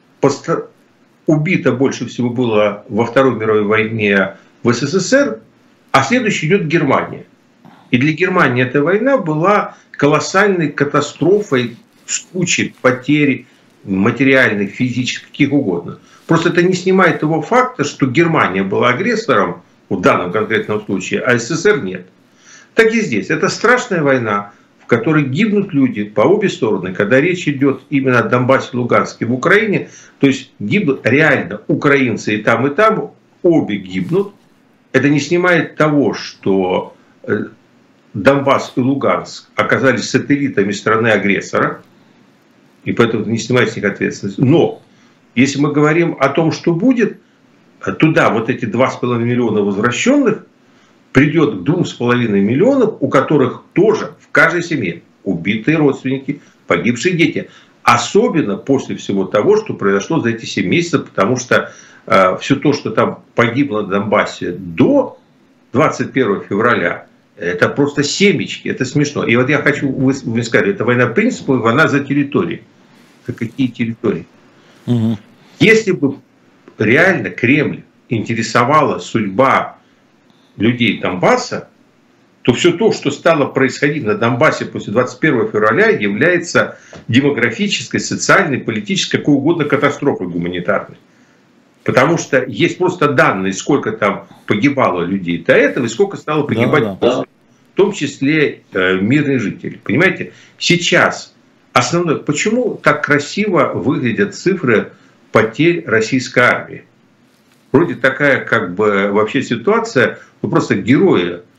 S2: убито больше всего было во Второй мировой войне в СССР, а следующий идет Германия. И для Германии эта война была колоссальной катастрофой с кучей потерь материальных, физических, каких угодно. Просто это не снимает того факта, что Германия была агрессором в данном конкретном случае, а СССР нет. Так и здесь. Это страшная война, в которой гибнут люди по обе стороны, когда речь идет именно о Донбассе, Луганске, в Украине, то есть гибнут реально украинцы и там, и там, обе гибнут. Это не снимает того, что Донбасс и Луганск оказались сателлитами страны-агрессора, и поэтому не снимает с них ответственность. Но если мы говорим о том, что будет, туда вот эти два с половиной миллиона возвращенных придет к двум с половиной миллионам, у которых тоже в каждой семье убитые родственники, погибшие дети. Особенно после всего того, что произошло за эти семь месяцев, потому что э, все то, что там погибло на Донбассе до двадцать первого февраля, это просто семечки, это смешно. И вот я хочу, вы, вы сказали, это война принципов, и война за территории. За какие территории? Угу. Если бы реально Кремль интересовала судьба людей Донбасса, то все то, что стало происходить на Донбассе после двадцать первого февраля, является демографической, социальной, политической, какой угодно катастрофой гуманитарной. Потому что есть просто данные, сколько там погибало людей до этого и сколько стало погибать, да, да. в том числе э, мирные жители. Понимаете, сейчас основное, почему так красиво выглядят цифры потерь российской армии? Вроде такая как бы вообще ситуация, ну просто герои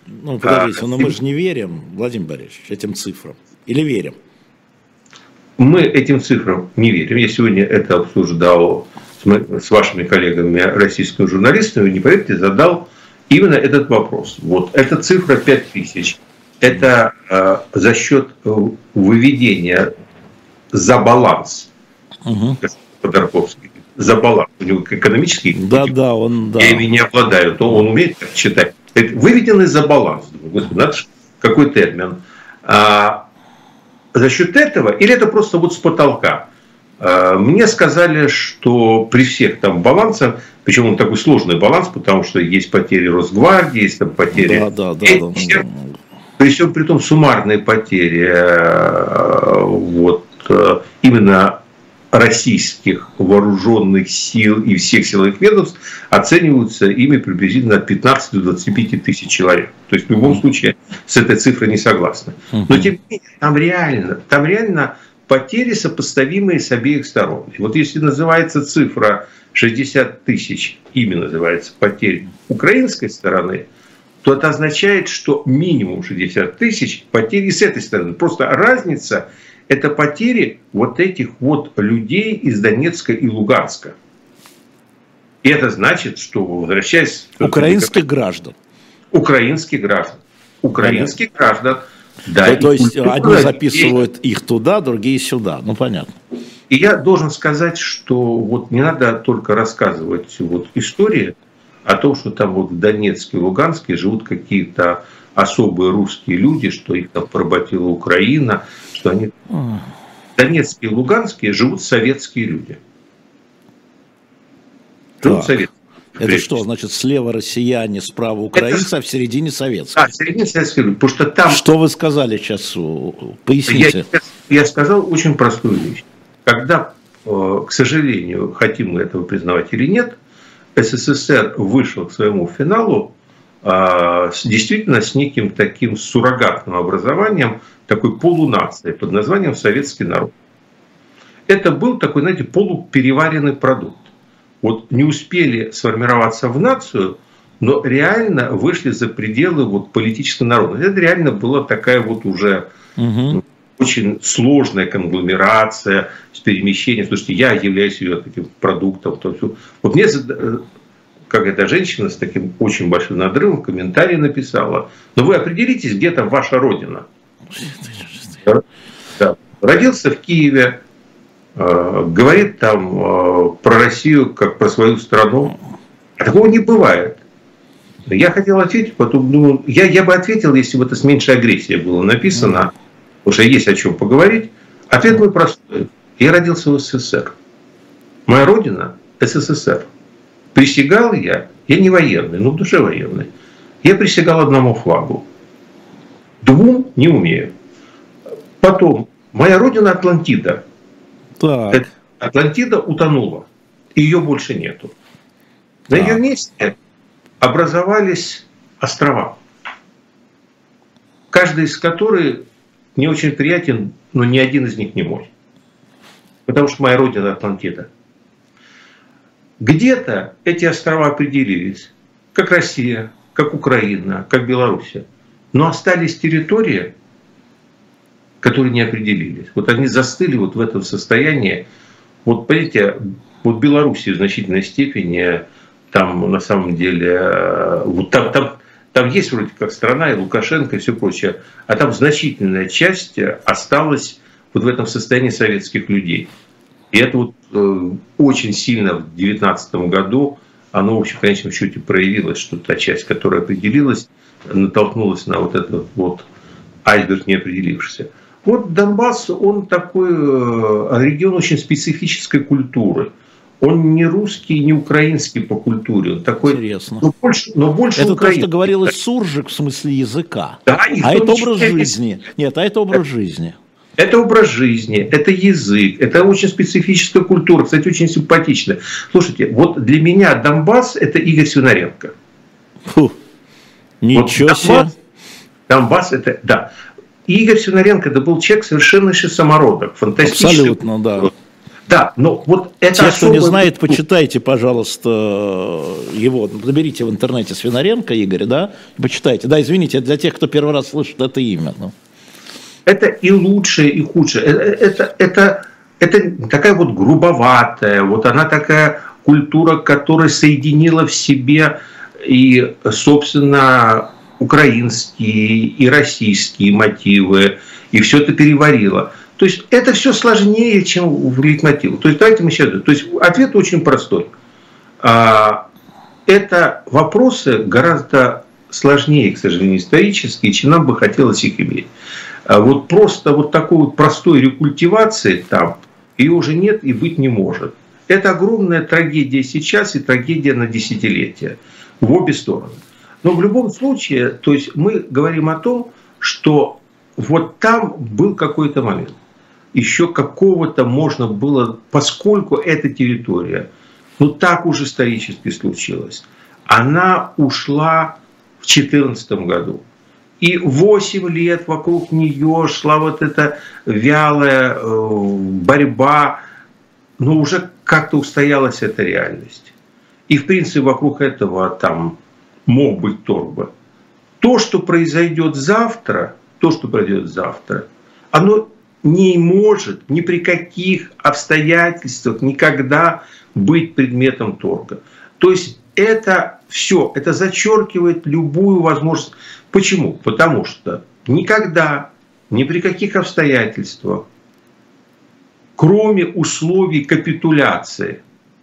S1: Ну, подождите, но мы же не верим, Владимир Борисович, этим цифрам. Или верим?
S2: Мы этим цифрам не верим. Я сегодня это обсуждал с вашими коллегами, российскими журналистами, не поверите, задал именно этот вопрос. Вот эта цифра пять тысяч. Это э, за счет выведения за баланс. Угу. Ходорковский. За баланс. У него экономический.
S1: Да, да, он, да.
S2: Я ими не обладаю, то он умеет так читать. Выведенный за баланс. Господи, надо же, какой термин. А, за счет этого, или это просто вот с потолка? А, мне сказали, что при всех там балансах, причем он такой сложный баланс, потому что есть потери Росгвардии, есть там потери...
S1: Да, да, да, да, да.
S2: При всем при том суммарные потери вот, именно российских вооруженных сил и всех силовых ведомств оцениваются ими приблизительно от пятнадцати до двадцати пяти тысяч человек. То есть в любом случае с этой цифрой не согласны. Но тем не менее, там реально, там реально потери сопоставимые с обеих сторон. И вот если называется цифра шестьдесят тысяч, именно называется потерь украинской стороны, то это означает, что минимум шестьдесят тысяч потери с этой стороны. Просто разница – это потери вот этих вот людей из Донецка и Луганска. И это значит, что, возвращаясь...
S1: Украинских граждан.
S2: Украинских граждан. Украинских понятно. граждан. Да,
S1: то, то есть одни записывают и... их туда, другие сюда. Ну, понятно.
S2: И я должен сказать, что вот не надо только рассказывать вот истории о том, что там вот в Донецке и Луганске живут какие-то особые русские люди, что их там поработила Украина, что они... В Донецке и Луганске живут советские люди. Живут советские.
S1: Это что, значит, слева россияне, справа украинцы, это... а в середине советские?
S2: А, в середине советские люди. Потому что там...
S1: Что вы сказали сейчас? Поясните.
S2: Я, я сказал очень простую вещь. Когда, к сожалению, хотим мы этого признавать или нет, СССР вышел к своему финалу действительно с неким таким суррогатным образованием, такой полунацией под названием советский народ. Это был такой, знаете, полупереваренный продукт. Вот не успели сформироваться в нацию, но реально вышли за пределы вот политического народа. Это реально была такая вот уже угу. очень сложная конгломерация с перемещением. Слушайте, я являюсь ее таким продуктом. Вот мне, как эта женщина с таким очень большим надрывом в комментарии написала: но вы определитесь, где там ваша родина. Да. Родился в Киеве, э, говорит там э, про Россию как про свою страну. А такого не бывает. Я хотел ответить, потом думал, я, я бы ответил, если бы это с меньшей агрессией было написано, потому что есть о чем поговорить. Ответ мой простой. Я родился в СССР. Моя родина – СССР. Присягал я, я не военный, но в душе военный. Я присягал одному флагу. Двум не умею. Потом, моя родина Атлантида. Так. Атлантида утонула. Ее больше нету. На так. ее месте образовались острова. Каждый из которых не очень приятен, но ни один из них не мой. Потому что моя родина Атлантида. Где-то эти острова определились, как Россия, как Украина, как Белоруссия. Но остались территории, которые не определились. Вот они застыли вот в этом состоянии. Вот, понимаете, вот Белоруссия в значительной степени, там на самом деле, вот там, там, там есть вроде как страна, и Лукашенко, и все прочее, а там значительная часть осталась вот в этом состоянии советских людей. И это вот э, очень сильно в девятнадцатом году, оно, в общем, в конечном счете проявилось, что та часть, которая определилась, натолкнулась на вот этот вот айсберг неопределившийся. Вот Донбасс, он такой регион очень специфической культуры. Он не русский, не украинский по культуре. Он такой,
S1: интересно.
S2: Но больше, но больше
S1: это
S2: украинский.
S1: То, что говорилось суржик в смысле языка.
S2: Да,
S1: а это образ жизни. Нет, а это образ жизни.
S2: Это образ жизни, это язык, это очень специфическая культура, кстати, очень симпатично. Слушайте, вот для меня Донбасс – это Игорь Свинаренко.
S1: Фу, ничего
S2: вот
S1: себе.
S2: Донбасс, Донбасс – это, да. И Игорь Свинаренко – это был человек совершеннейший самородок, фантастический.
S1: Абсолютно, да.
S2: Да, но вот это
S1: Те, кто не
S2: особое...
S1: знает, почитайте, пожалуйста, его. Наберите в интернете Свинаренко Игорь, да, почитайте. Да, извините, это для тех, кто первый раз слышит это имя. Ну.
S2: Это и лучшее, и худшее. Это, это, это, это такая вот грубоватая, вот она такая культура, которая соединила в себе и, собственно, украинские, и российские мотивы, и все это переварила. То есть это все сложнее, чем в лейтмотиве. То есть давайте мы сейчас... То есть ответ очень простой. Это вопросы гораздо сложнее, к сожалению, исторические, чем нам бы хотелось их иметь. Вот просто вот такой вот простой рекультивации там ее уже нет и быть не может. Это огромная трагедия сейчас и трагедия на десятилетия в обе стороны. Но в любом случае, то есть мы говорим о том, что вот там был какой-то момент. Еще какого-то можно было, поскольку эта территория, ну так уж исторически случилось, она ушла в две тысячи четырнадцатом году. И восемь лет вокруг нее шла вот эта вялая э, борьба, но уже как-то устоялась эта реальность. И в принципе вокруг этого там мог быть торг. То, что произойдет завтра, то, что произойдет завтра, оно не может ни при каких обстоятельствах никогда быть предметом торга. То есть это все, это зачеркивает любую возможность. Почему? Потому что никогда, ни при каких обстоятельствах, кроме условий капитуляции,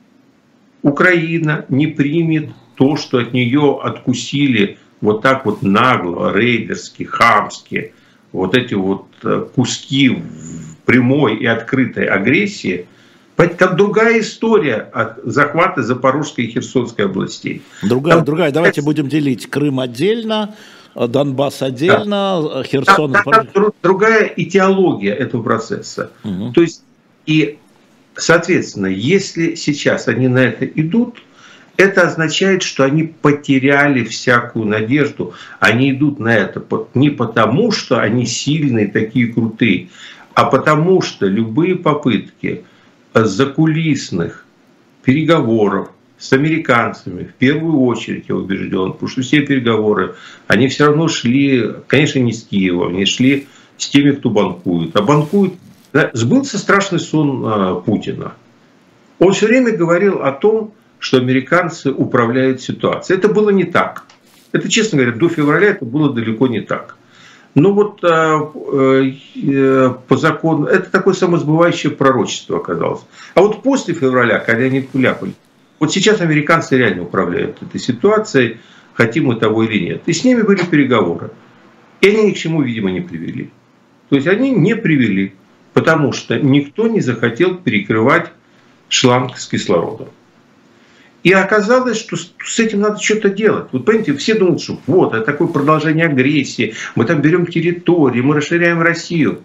S2: Украина не примет то, что от нее откусили вот так вот нагло, рейдерски, хамски, вот эти вот куски в прямой и открытой агрессии. Как другая история от захвата Запорожской и Херсонской областей.
S1: Другая,
S2: Там,
S1: другая. Давайте будем делить Крым отдельно, Донбасс отдельно, да. Херсон.
S2: Там, там, там другая идеология этого процесса. Угу. То есть, и, соответственно, если сейчас они на это идут, это означает, что они потеряли всякую надежду. Они идут на это не потому, что они сильные, такие крутые, а потому что любые попытки закулисных переговоров с американцами, в первую очередь, я убежден, потому что все переговоры, они все равно шли, конечно, не с Киева, они шли с теми, кто банкует. А банкует, да, сбылся страшный сон а, Путина. Он все время говорил о том, что американцы управляют ситуацией. Это было не так. Это, честно говоря, до февраля это было далеко не так. Но вот э, э, по закону, это такое самосбывающее пророчество оказалось. А вот после февраля, когда они вляпали, вот сейчас американцы реально управляют этой ситуацией, хотим мы того или нет. И с ними были переговоры. И они ни к чему, видимо, не привели. То есть они не привели, потому что никто не захотел перекрывать шланг с кислородом. И оказалось, что с этим надо что-то делать. Вот понимаете, все думают, что вот, это такое продолжение агрессии, мы там берем территории, мы расширяем Россию.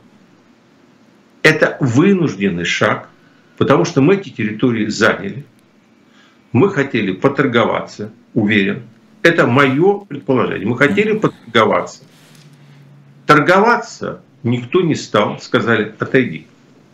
S2: Это вынужденный шаг, потому что мы эти территории заняли. Мы хотели поторговаться, уверен. Это мое предположение. Мы хотели поторговаться. Торговаться никто не стал, сказали, отойди.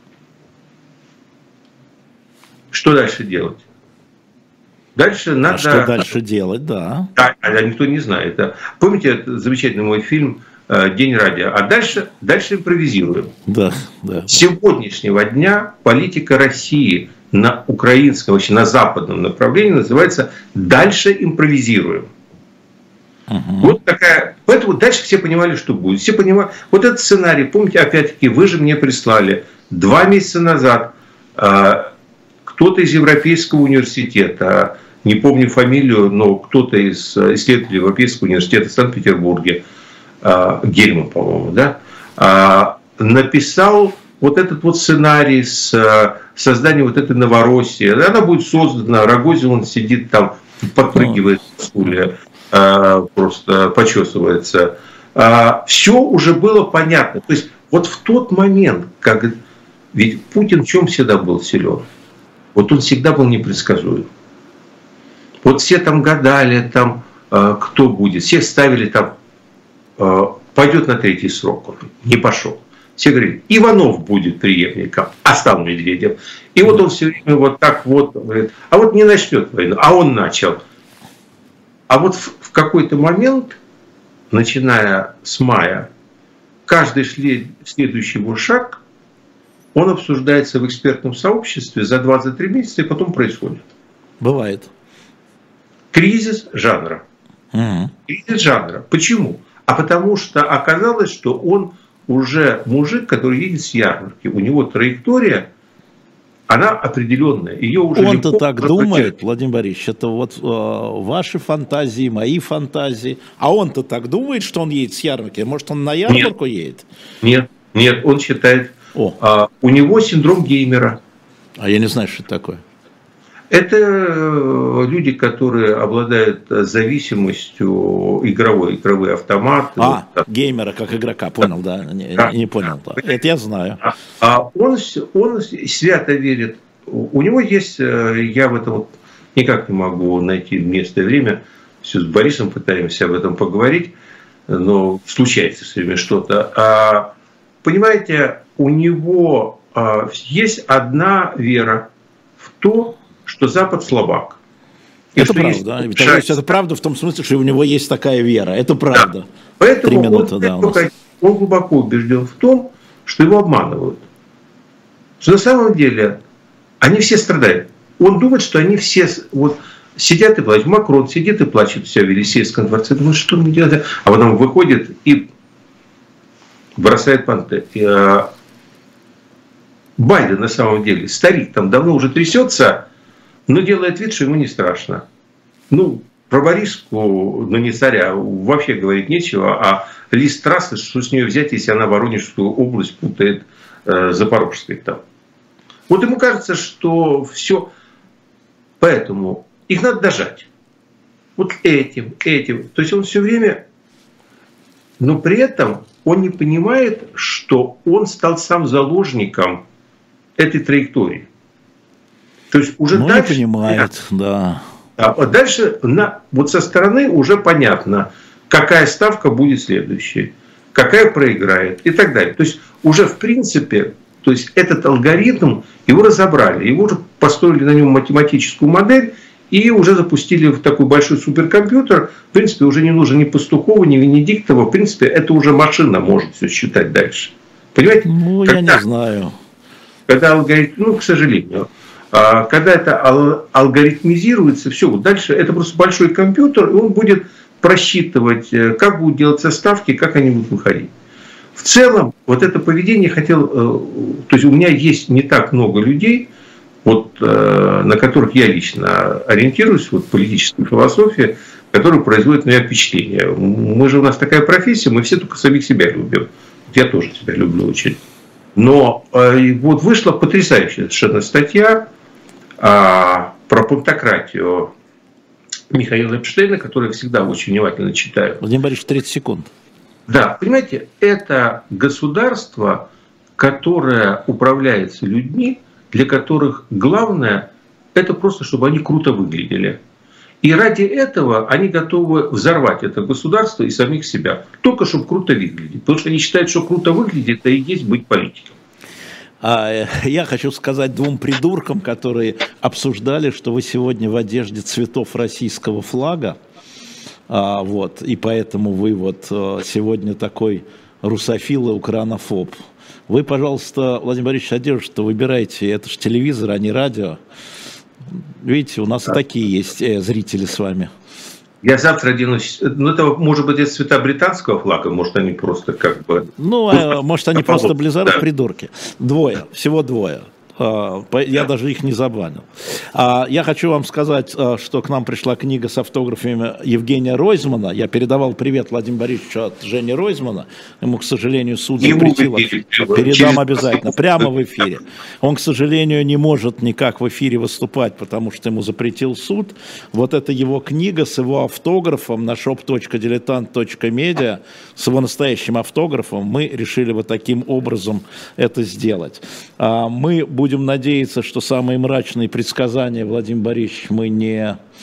S2: Что дальше делать? Дальше надо...
S1: А что дальше делать, да.
S2: Да, а никто не знает. Да. Помните этот замечательный мой фильм «День радио»? А дальше, дальше импровизируем. Да, да. С сегодняшнего дня политика России на украинском, вообще на западном направлении называется «Дальше импровизируем». Угу. Вот такая... Поэтому дальше все понимали, что будет. Все понимали... Вот этот сценарий, помните, опять-таки, вы же мне прислали два месяца назад кто-то из Европейского университета, не помню фамилию, но кто-то из исследователей Европейского университета в Санкт-Петербурге, Гельман, по-моему, да, написал вот этот вот сценарий с созданием вот этой Новороссии. Она будет создана, Рогозин, он сидит там, подпрыгивает в стуле, просто почесывается. Все уже было понятно. То есть вот в тот момент, как... Ведь Путин в чем всегда был силен? Вот он всегда был непредсказуем. Вот все там гадали, там, э, кто будет. Все ставили там, э, пойдет на третий срок. Он не пошел. Все говорили, Иванов будет преемником, а стал Медведев. И вот он все время вот так вот говорит, а вот не начнет войну, а он начал. А вот в, в какой-то момент, начиная с мая, каждый следующий его шаг, он обсуждается в экспертном сообществе за два-три месяца и потом происходит.
S1: Бывает.
S2: Кризис жанра.
S1: Угу.
S2: Кризис жанра. Почему? А потому что оказалось, что он уже мужик, который едет с ярмарки. У него траектория, она определенная. Ее уже
S1: Он-то так думает,
S2: потерять.
S1: Владимир Борисович, это вот э, ваши фантазии, мои фантазии. А он-то так думает, что он едет с ярмарки? Может, он на ярмарку
S2: нет.
S1: едет?
S2: Нет, нет, он считает,
S1: О.
S2: А, у него синдром геймера.
S1: А я не знаю, что это такое.
S2: Это люди, которые обладают зависимостью игровой, игровые автоматы.
S1: А,
S2: вот,
S1: геймера как игрока, понял, да, не,
S2: да.
S1: не понял. Да. Это я знаю.
S2: А он, он свято верит. У него есть, я в этом никак не могу найти место и время, все с Борисом пытаемся об этом поговорить, но случается все время что-то. А, понимаете, у него а, есть одна вера в то, что Запад слабак. И
S1: это правда,
S2: есть,
S1: да? То есть это правда в том смысле, что у него есть такая вера. Это правда.
S2: Да. Поэтому
S1: Три минуты,
S2: он,
S1: да, у нас.
S2: он глубоко убежден в том, что его обманывают. Что на самом деле они все страдают. Он думает, что они все вот, сидят и плачут. Макрон сидит и плачет все в Елисейском дворце. Думает, что мне делать? А потом выходит и бросает понты. Байден на самом деле, старик, там давно уже трясется, но делает вид, что ему не страшно. Ну, про Бориску, ну не царя, вообще говорить нечего, а лист трассы, что с нее взять, если она Воронежскую область путает э, Запорожской там. Вот ему кажется, что все, поэтому их надо дожать. Вот этим, этим. То есть он все время, но при этом он не понимает, что он стал сам заложником этой траектории. То есть уже
S1: ну,
S2: дальше...
S1: не понимает, да.
S2: А дальше на, вот со стороны уже понятно, какая ставка будет следующей, какая проиграет и так далее. То есть уже в принципе, то есть этот алгоритм, его разобрали, его уже построили на нем математическую модель и уже запустили в такой большой суперкомпьютер. В принципе, уже не нужно ни Пастухова, ни Венедиктова. В принципе, это уже машина может все считать дальше. Понимаете?
S1: Ну,
S2: когда,
S1: я не знаю.
S2: Когда алгоритм, ну, к сожалению, когда это алгоритмизируется, все, дальше это просто большой компьютер, и он будет просчитывать, как будут делаться ставки, как они будут выходить. В целом, вот это поведение хотел, то есть у меня есть не так много людей, вот, на которых я лично ориентируюсь, вот политическая философия, которая производит на меня впечатление. Мы же, у нас такая профессия, мы все только самих себя любим. Я тоже себя люблю очень. Но вот вышла потрясающая совершенно статья а, про пунктократию Михаила Эпштейна, которую я всегда очень внимательно читаю.
S1: Владимир Борисович, тридцать секунд.
S2: Да, понимаете, это государство, которое управляется людьми, для которых главное, это просто, чтобы они круто выглядели. И ради этого они готовы взорвать это государство и самих себя. Только чтобы круто выглядеть. Потому что они считают, что круто выглядит, это и есть быть политиком.
S1: А, я хочу сказать двум придуркам, которые обсуждали, что вы сегодня в одежде цветов российского флага. А, вот, и поэтому вы вот сегодня такой русофил и украинофоб. Вы, пожалуйста, Владимир Борисович, одежду-то выбирайте. Это же телевизор, а не радио. Видите, у нас и такие есть э, зрители с вами.
S2: Я завтра оденусь. Ну, это может быть это цвета британского флага, может они просто как бы...
S1: Ну, э, может они просто близорукие,
S2: да.
S1: Придурки. Двое, всего двое. Я даже их не забанил. Я хочу вам сказать, что к нам пришла книга с автографами Евгения Ройзмана. Я передавал привет Владимиру Борисовичу от Жени Ройзмана. Ему, к сожалению, суд запретил. Передам обязательно, прямо в эфире. Он, к сожалению, не может никак в эфире выступать, потому что ему запретил суд. Вот это его книга с его автографом на shop точка diletant точка media, с его настоящим автографом. Мы решили вот таким образом это сделать. Мы будем Будем надеяться, что самые мрачные предсказания, Владимир Борисович, мы не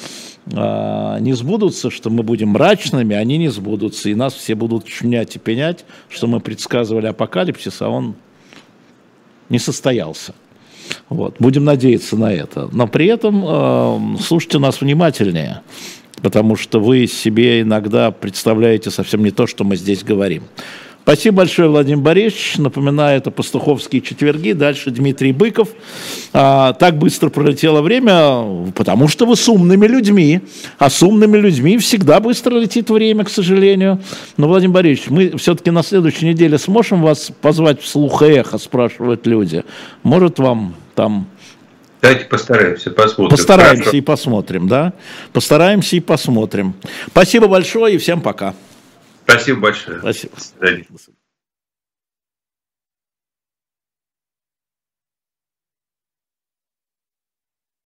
S1: э, не сбудутся, что мы будем мрачными, они не сбудутся, и нас все будут чунять и пенять, что мы предсказывали апокалипсис, а он не состоялся. Вот. Будем надеяться на это. Но при этом э, слушайте нас внимательнее, потому что вы себе иногда представляете совсем не то, что мы здесь говорим. Спасибо большое, Владимир Борисович. Напоминаю, это «Пастуховские четверги». Дальше Дмитрий Быков. А, так быстро пролетело время, потому что вы с умными людьми. А с умными людьми всегда быстро летит время, к сожалению. Но, Владимир Борисович, мы все-таки на следующей неделе сможем вас позвать в «Слух и эхо», спрашивают люди. Может, вам там...
S2: Давайте постараемся, посмотрим.
S1: Постараемся
S2: Хорошо.
S1: и посмотрим, да? Постараемся и посмотрим. Спасибо большое и всем пока.
S2: Спасибо большое.
S1: Спасибо.
S2: До свидания.